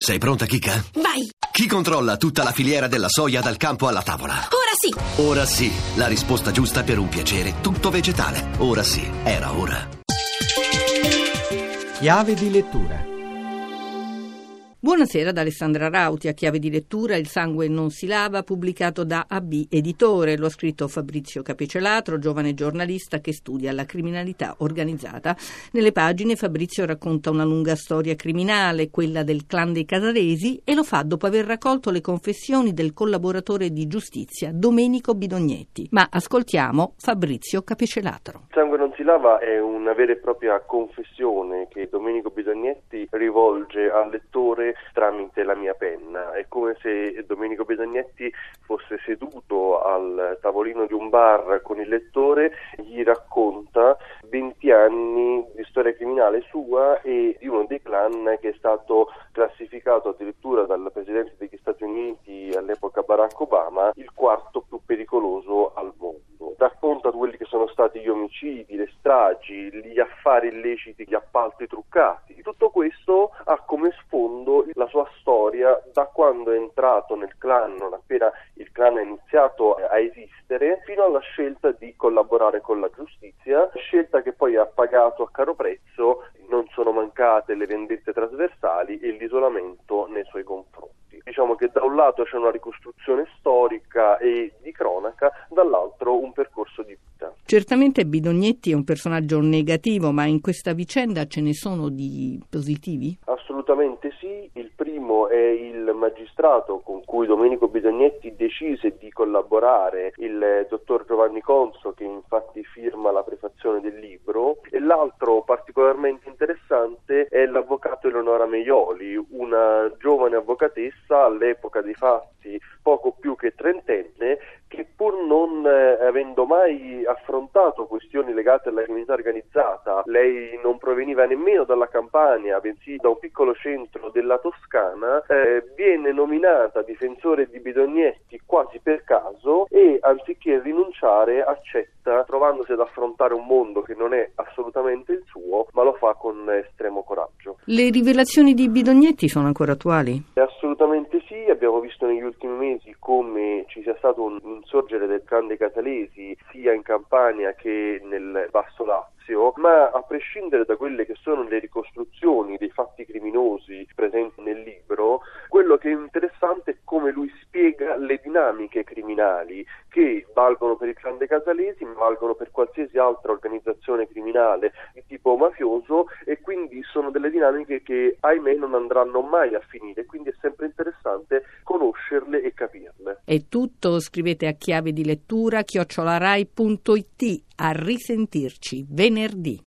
Sei pronta, Chicca? Vai! Chi controlla tutta la filiera della soia dal campo alla tavola? Ora sì! Ora sì, la risposta giusta per un piacere tutto vegetale. Ora sì, era ora. Chiave di lettura. Buonasera da Alessandra Rauti. A Chiave di lettura Il sangue non si lava, pubblicato da AB Editore. Lo ha scritto Fabrizio Capicelatro, giovane giornalista che studia la criminalità organizzata. Nelle pagine Fabrizio racconta una lunga storia criminale, quella del clan dei Casalesi, e lo fa dopo aver raccolto le confessioni del collaboratore di giustizia Domenico Bidognetti. Ma ascoltiamo Fabrizio Capicelatro. Il sangue non si lava è una vera e propria confessione che Domenico Bidognetti rivolge al lettore tramite la mia penna. È come se Domenico Bidognetti fosse seduto al tavolino di un bar con il lettore, gli racconta 20 anni di storia criminale sua e di uno dei clan che è stato classificato addirittura dal presidente degli Stati Uniti all'epoca Barack Obama il quarto più pericoloso al mondo. Racconta quelli che sono stati gli omicidi, le stragi, gli affari illeciti, gli appalti truccati. Tutto questo ha come sfondo la sua storia da quando è entrato nel clan, non appena il clan ha iniziato a esistere, fino alla scelta di collaborare con la giustizia, scelta che poi ha pagato a caro prezzo. Non sono mancate le vendette trasversali e l'isolamento nei suoi confronti. Diciamo che da un lato c'è una ricostruzione storica e di cronaca, dall'altro un percorso di vita. Certamente Bidognetti è un personaggio negativo, ma in questa vicenda ce ne sono di positivi? Assolutamente sì. Il primo è il magistrato con cui Domenico Bidognetti decise di collaborare, il dottor Giovanni Conso, che infatti firma la prefazione del libro, e l'altro particolarmente interessante è l'avvocato Eleonora Meioli, una giovane avvocatessa all'epoca dei fatti poco più che trentenne, che pur non avendo mai affrontato questioni legate alla criminalità organizzata, lei non proveniva nemmeno dalla Campania, bensì da un piccolo centro della Toscana, viene nominata difensore di Bidognetti quasi per caso e anziché rinunciare accetta, trovandosi ad affrontare un mondo che non è assolutamente il suo, ma lo fa con estremo coraggio. Le rivelazioni di Bidognetti sono ancora attuali? Assolutamente sì, abbiamo visto negli ultimi mesi come ci sia stato un insorgere del clan dei Casalesi sia in Campania che nel Basso Lazio, ma a prescindere da quelle che sono le ricostruzioni dei fatti criminosi presenti nel libro, quello che è interessante è come lui spiega le dinamiche criminali che valgono per il clan dei Casalesi, ma valgono per qualsiasi altra organizzazione criminale di tipo mafioso, e quindi sono delle dinamiche che ahimè non andranno mai a finire, quindi è sempre interessante conoscerle e capirle. È tutto, scrivete a chiave di lettura @rai.it. A risentirci venerdì.